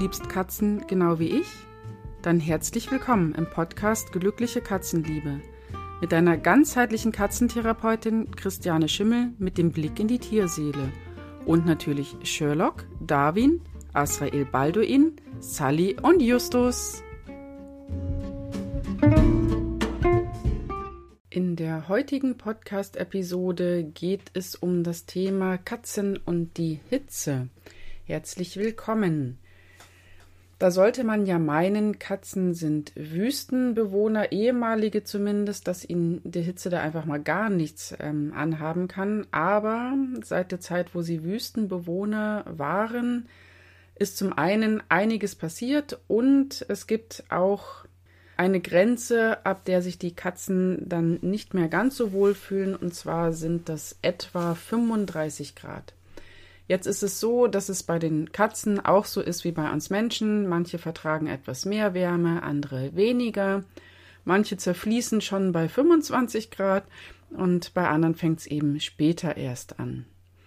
liebst Katzen genau wie ich? Dann herzlich willkommen im Podcast Glückliche Katzenliebe mit deiner ganzheitlichen Katzentherapeutin Christiane Schimmel mit dem Blick in die Tierseele und natürlich Sherlock, Darwin, Azrael Balduin, Sally und Justus. In der heutigen Podcast-Episode geht es um das Thema Katzen und die Hitze. Herzlich willkommen. Da sollte man ja meinen, Katzen sind Wüstenbewohner, ehemalige zumindest, dass ihnen die Hitze da einfach mal gar nichts anhaben kann. Aber seit der Zeit, wo sie Wüstenbewohner waren, ist zum einen einiges passiert und es gibt auch eine Grenze, ab der sich die Katzen dann nicht mehr ganz so wohl fühlen, und zwar sind das etwa 35 Grad. Jetzt ist es so, dass es bei den Katzen auch so ist wie bei uns Menschen. Manche vertragen etwas mehr Wärme, andere weniger. Manche zerfließen schon bei 25 Grad und bei anderen fängt es eben später erst an.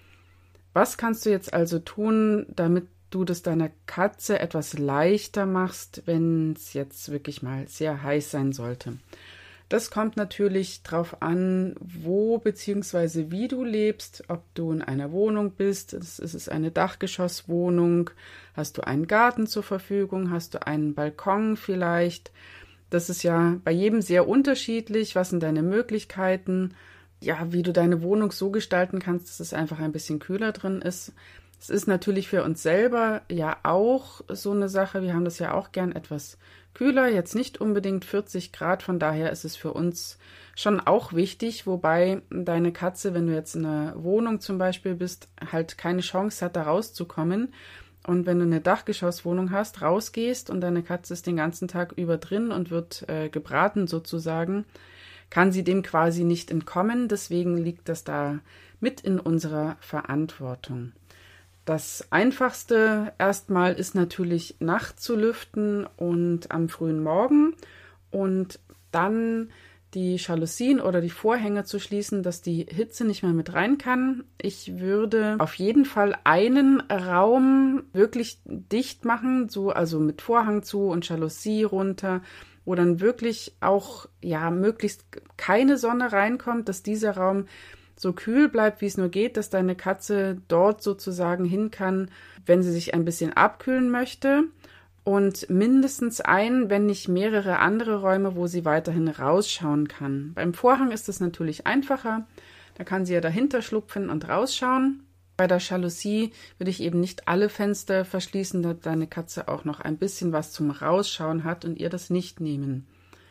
Was kannst du jetzt also tun, damit du das deiner Katze etwas leichter machst, wenn es jetzt wirklich mal sehr heiß sein sollte? Das kommt natürlich darauf an, wo bzw. wie du lebst, ob du in einer Wohnung bist, ist es eine Dachgeschosswohnung, hast du einen Garten zur Verfügung, hast du einen Balkon vielleicht. Das ist ja bei jedem sehr unterschiedlich. Was sind deine Möglichkeiten? Ja, wie du deine Wohnung so gestalten kannst, dass es einfach ein bisschen kühler drin ist. Es ist natürlich für uns selber ja auch so eine Sache. Wir haben das ja auch gern etwas kühler, jetzt nicht unbedingt 40 Grad. Von daher ist es für uns schon auch wichtig, wobei deine Katze, wenn du jetzt in einer Wohnung zum Beispiel bist, halt keine Chance hat, da rauszukommen. Und wenn du eine Dachgeschosswohnung hast, rausgehst und deine Katze ist den ganzen Tag über drin und wird gebraten sozusagen, kann sie dem quasi nicht entkommen. Deswegen liegt das da mit in unserer Verantwortung. Das Einfachste erstmal ist natürlich nachts zu lüften und am frühen Morgen und dann die Jalousien oder die Vorhänge zu schließen, dass die Hitze nicht mehr mit rein kann. Ich würde auf jeden Fall einen Raum wirklich dicht machen, also mit Vorhang zu und Jalousie runter, wo dann wirklich auch möglichst keine Sonne reinkommt, dass dieser Raum so kühl bleibt, wie es nur geht, dass deine Katze dort sozusagen hin kann, wenn sie sich ein bisschen abkühlen möchte, und mindestens wenn nicht mehrere andere Räume, wo sie weiterhin rausschauen kann. Beim Vorhang ist es natürlich einfacher, da kann sie ja dahinter schlupfen und rausschauen. Bei der Jalousie würde ich eben nicht alle Fenster verschließen, da deine Katze auch noch ein bisschen was zum Rausschauen hat und ihr das nicht nehmen.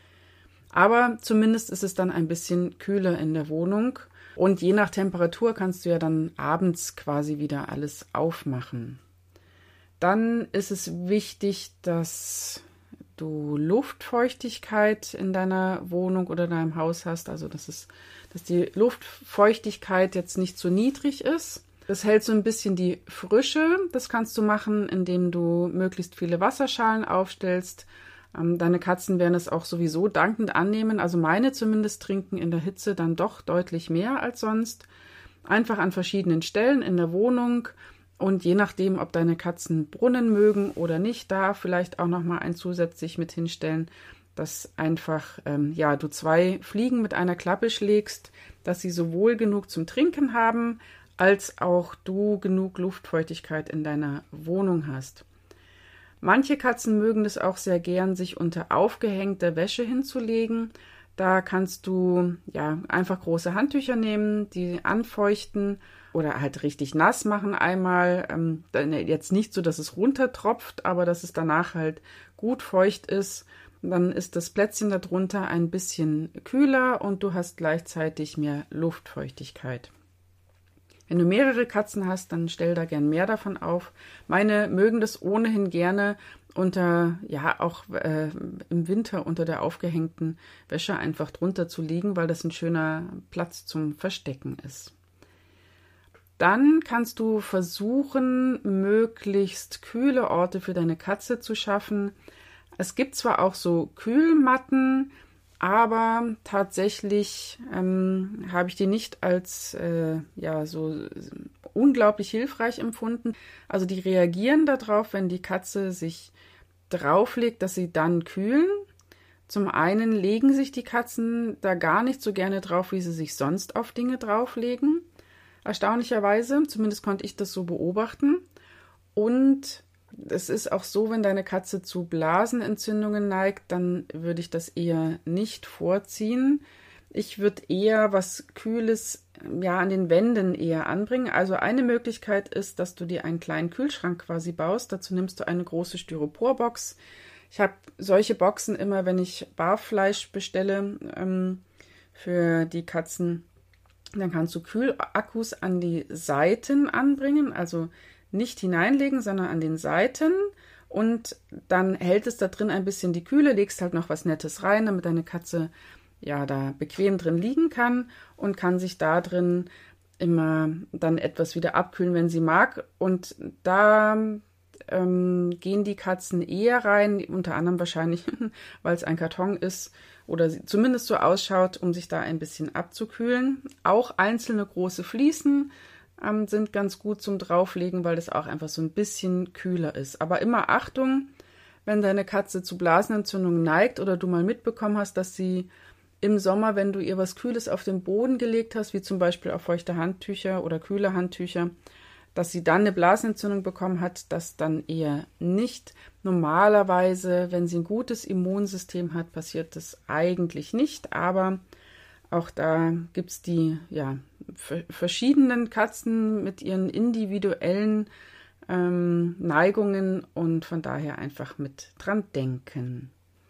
Aber zumindest ist es dann ein bisschen kühler in der Wohnung. Und je nach Temperatur kannst du ja dann abends quasi wieder alles aufmachen. Dann ist es wichtig, dass du Luftfeuchtigkeit in deiner Wohnung oder deinem Haus hast. Also dass die Luftfeuchtigkeit jetzt nicht zu niedrig ist. Das hält so ein bisschen die Frische. Das kannst du machen, indem du möglichst viele Wasserschalen aufstellst. Deine Katzen werden es auch sowieso dankend annehmen, also meine zumindest trinken in der Hitze dann doch deutlich mehr als sonst. Einfach an verschiedenen Stellen in der Wohnung und je nachdem, ob deine Katzen Brunnen mögen oder nicht, da vielleicht auch nochmal ein zusätzlich mit hinstellen, dass einfach du 2 Fliegen mit einer Klappe schlägst, dass sie sowohl genug zum Trinken haben, als auch du genug Luftfeuchtigkeit in deiner Wohnung hast. Manche Katzen mögen es auch sehr gern, sich unter aufgehängter Wäsche hinzulegen. Da kannst du einfach große Handtücher nehmen, die anfeuchten oder halt richtig nass machen einmal. Jetzt nicht so, dass es runtertropft, aber dass es danach halt gut feucht ist. Dann ist das Plätzchen darunter ein bisschen kühler und du hast gleichzeitig mehr Luftfeuchtigkeit. Wenn du mehrere Katzen hast, dann stell da gern mehr davon auf. Meine mögen das ohnehin gerne im Winter unter der aufgehängten Wäsche einfach drunter zu liegen, weil das ein schöner Platz zum Verstecken ist. Dann kannst du versuchen, möglichst kühle Orte für deine Katze zu schaffen. Es gibt zwar auch so Kühlmatten, aber tatsächlich habe ich die nicht als so unglaublich hilfreich empfunden. Also die reagieren darauf, wenn die Katze sich drauflegt, dass sie dann kühlen. Zum einen legen sich die Katzen da gar nicht so gerne drauf, wie sie sich sonst auf Dinge drauflegen. Erstaunlicherweise, zumindest konnte ich das so beobachten. Und es ist auch so, wenn deine Katze zu Blasenentzündungen neigt, dann würde ich das eher nicht vorziehen. Ich würde eher was Kühles an den Wänden eher anbringen. Also eine Möglichkeit ist, dass du dir einen kleinen Kühlschrank quasi baust. Dazu nimmst du eine große Styroporbox. Ich habe solche Boxen immer, wenn ich Barfleisch bestelle für die Katzen. Dann kannst du Kühlakkus an die Seiten anbringen, also nicht hineinlegen, sondern an den Seiten. Und dann hält es da drin ein bisschen die Kühle, legst halt noch was Nettes rein, damit deine Katze da bequem drin liegen kann und kann sich da drin immer dann etwas wieder abkühlen, wenn sie mag. Und da gehen die Katzen eher rein, unter anderem wahrscheinlich, weil es ein Karton ist oder zumindest so ausschaut, um sich da ein bisschen abzukühlen. Auch einzelne große Fliesen sind ganz gut zum Drauflegen, weil das auch einfach so ein bisschen kühler ist. Aber immer Achtung, wenn deine Katze zu Blasenentzündungen neigt oder du mal mitbekommen hast, dass sie im Sommer, wenn du ihr was Kühles auf den Boden gelegt hast, wie zum Beispiel auf feuchte Handtücher oder kühle Handtücher, dass sie dann eine Blasenentzündung bekommen hat, das dann eher nicht. Normalerweise, wenn sie ein gutes Immunsystem hat, passiert das eigentlich nicht, aber auch da gibt es die verschiedenen Katzen mit ihren individuellen Neigungen und von daher einfach mit dran denken.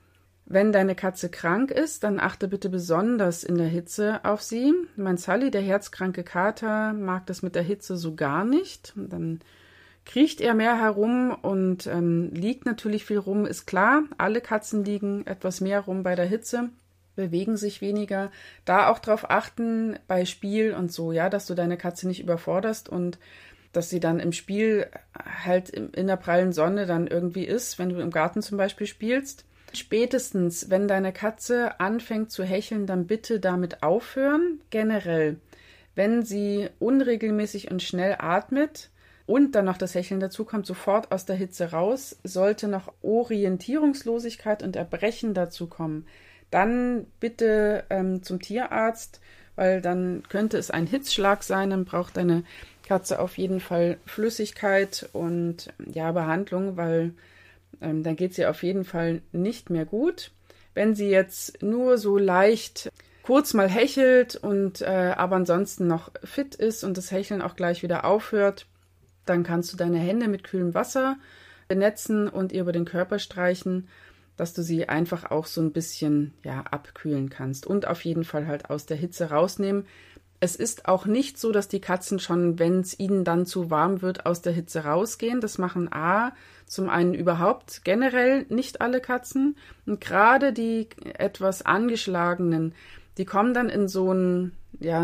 Wenn deine Katze krank ist, dann achte bitte besonders in der Hitze auf sie. Mein Sully, der herzkranke Kater, mag das mit der Hitze so gar nicht. Dann kriecht er mehr herum und liegt natürlich viel rum, ist klar. Alle Katzen liegen etwas mehr rum bei der Hitze, bewegen sich weniger. Da auch drauf achten bei Spiel und so, dass du deine Katze nicht überforderst und dass sie dann im Spiel halt in der prallen Sonne dann irgendwie ist, wenn du im Garten zum Beispiel spielst. Spätestens, wenn deine Katze anfängt zu hecheln, dann bitte damit aufhören. Generell, wenn sie unregelmäßig und schnell atmet und dann noch das Hecheln dazu kommt, sofort aus der Hitze raus. Sollte noch Orientierungslosigkeit und Erbrechen dazu kommen, dann bitte zum Tierarzt, weil dann könnte es ein Hitzschlag sein. Dann braucht deine Katze auf jeden Fall Flüssigkeit und Behandlung, weil dann geht es ihr auf jeden Fall nicht mehr gut. Wenn sie jetzt nur so leicht kurz mal hechelt und aber ansonsten noch fit ist und das Hecheln auch gleich wieder aufhört, dann kannst du deine Hände mit kühlem Wasser benetzen und ihr über den Körper streichen, dass du sie einfach auch so ein bisschen abkühlen kannst und auf jeden Fall halt aus der Hitze rausnehmen. Es ist auch nicht so, dass die Katzen schon, wenn es ihnen dann zu warm wird, aus der Hitze rausgehen. Das machen zum einen überhaupt generell nicht alle Katzen. Und gerade die etwas angeschlagenen, die kommen dann in so einen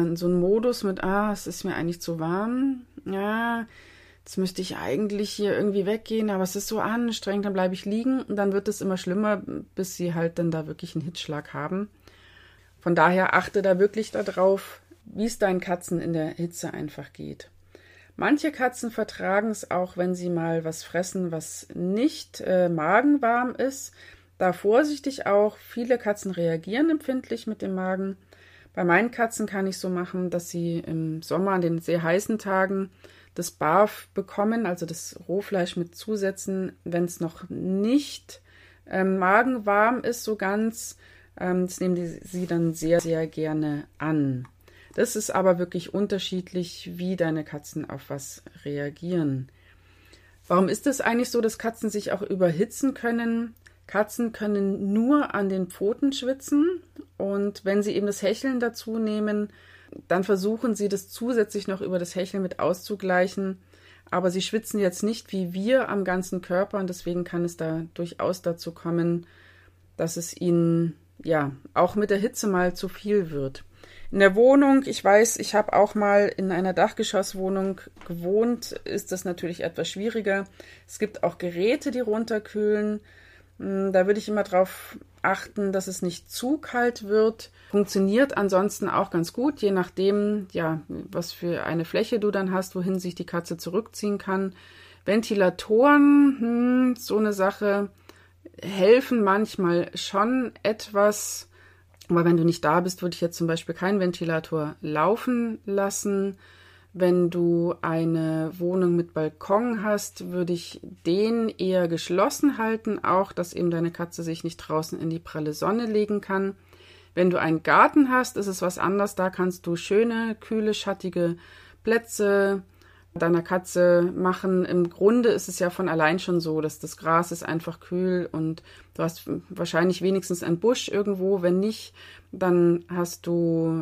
Modus mit, es ist mir eigentlich zu warm. Ja, jetzt müsste ich eigentlich hier irgendwie weggehen, aber es ist so anstrengend, dann bleibe ich liegen. Und dann wird es immer schlimmer, bis sie halt dann da wirklich einen Hitzschlag haben. Von daher achte da wirklich darauf, wie es deinen Katzen in der Hitze einfach geht. Manche Katzen vertragen es auch, wenn sie mal was fressen, was nicht magenwarm ist. Da vorsichtig auch, viele Katzen reagieren empfindlich mit dem Magen. Bei meinen Katzen kann ich so machen, dass sie im Sommer an den sehr heißen Tagen das Barf bekommen, also das Rohfleisch mit Zusätzen, wenn es noch nicht magenwarm ist, so ganz. Das nehmen sie dann sehr, sehr gerne an. Das ist aber wirklich unterschiedlich, wie deine Katzen auf was reagieren. Warum ist es eigentlich so, dass Katzen sich auch überhitzen können? Katzen können nur an den Pfoten schwitzen und wenn sie eben das Hecheln dazu nehmen, dann versuchen sie das zusätzlich noch über das Hecheln mit auszugleichen. Aber sie schwitzen jetzt nicht wie wir am ganzen Körper und deswegen kann es da durchaus dazu kommen, dass es ihnen auch mit der Hitze mal zu viel wird. In der Wohnung, ich weiß, ich habe auch mal in einer Dachgeschosswohnung gewohnt, ist das natürlich etwas schwieriger. Es gibt auch Geräte, die runterkühlen. Da würde ich immer drauf achten, dass es nicht zu kalt wird. Funktioniert ansonsten auch ganz gut, je nachdem, ja, was für eine Fläche du dann hast, wohin sich die Katze zurückziehen kann. Ventilatoren, so eine Sache, helfen manchmal schon etwas. Aber wenn du nicht da bist, würde ich jetzt zum Beispiel keinen Ventilator laufen lassen. Wenn du eine Wohnung mit Balkon hast, würde ich den eher geschlossen halten, auch dass eben deine Katze sich nicht draußen in die pralle Sonne legen kann. Wenn du einen Garten hast, ist es was anderes. Da kannst du schöne, kühle, schattige Plätze deiner Katze machen. Im Grunde ist es ja von allein schon so, dass das Gras ist einfach kühl und du hast wahrscheinlich wenigstens einen Busch irgendwo. Wenn nicht, dann hast du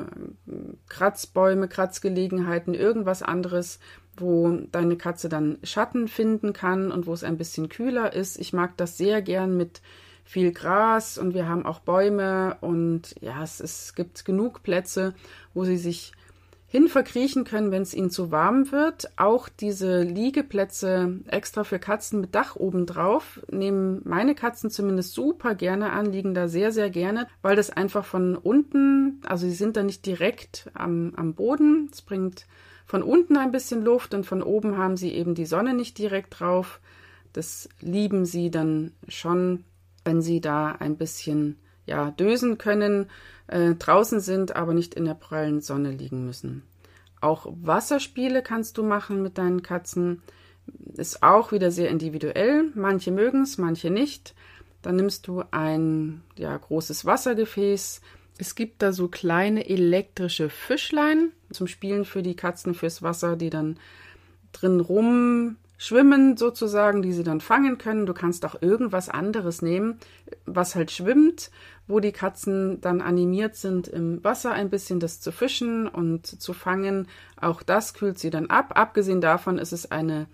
Kratzbäume, Kratzgelegenheiten, irgendwas anderes, wo deine Katze dann Schatten finden kann und wo es ein bisschen kühler ist. Ich mag das sehr gern mit viel Gras und wir haben auch Bäume und ja, es gibt genug Plätze, wo sie sich hin verkriechen können, wenn es ihnen zu warm wird. Auch diese Liegeplätze extra für Katzen mit Dach oben drauf nehmen meine Katzen zumindest super gerne an, liegen da sehr, sehr gerne, weil das einfach von unten, also sie sind da nicht direkt am Boden, es bringt von unten ein bisschen Luft und von oben haben sie eben die Sonne nicht direkt drauf. Das lieben sie dann schon, wenn sie da ein bisschen dösen können, draußen sind, aber nicht in der prallen Sonne liegen müssen. Auch Wasserspiele kannst du machen mit deinen Katzen. Ist auch wieder sehr individuell. Manche mögen es, manche nicht. Dann nimmst du ein großes Wassergefäß. Es gibt da so kleine elektrische Fischlein zum Spielen für die Katzen, fürs Wasser, die dann drin rumschwimmen sozusagen, die sie dann fangen können. Du kannst auch irgendwas anderes nehmen, was halt schwimmt, wo die Katzen dann animiert sind, im Wasser ein bisschen das zu fischen und zu fangen. Auch das kühlt sie dann ab. Abgesehen davon ist es eine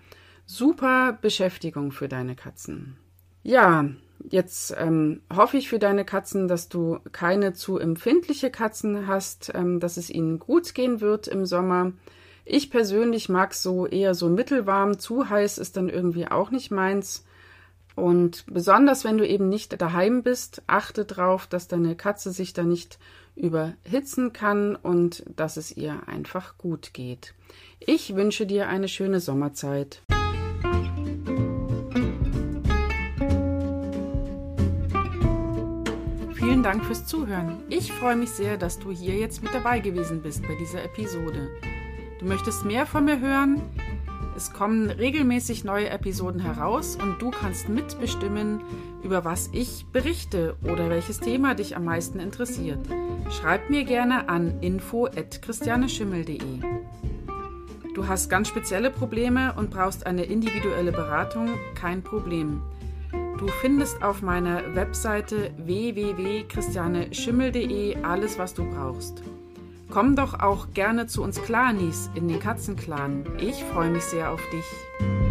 super Beschäftigung für deine Katzen. Ja, jetzt hoffe ich für deine Katzen, dass du keine zu empfindliche Katzen hast, dass es ihnen gut gehen wird im Sommer. Ich persönlich mag so eher so mittelwarm, zu heiß ist dann irgendwie auch nicht meins. Und besonders, wenn du eben nicht daheim bist, achte darauf, dass deine Katze sich da nicht überhitzen kann und dass es ihr einfach gut geht. Ich wünsche dir eine schöne Sommerzeit. Vielen Dank fürs Zuhören. Ich freue mich sehr, dass du hier jetzt mit dabei gewesen bist bei dieser Episode. Du möchtest mehr von mir hören? Es kommen regelmäßig neue Episoden heraus und du kannst mitbestimmen, über was ich berichte oder welches Thema dich am meisten interessiert. Schreib mir gerne an info@christianeschimmel.de. Du hast ganz spezielle Probleme und brauchst eine individuelle Beratung? Kein Problem. Du findest auf meiner Webseite www.christianeschimmel.de alles, was du brauchst. Komm doch auch gerne zu uns Clanis in den Katzenclan. Ich freue mich sehr auf dich.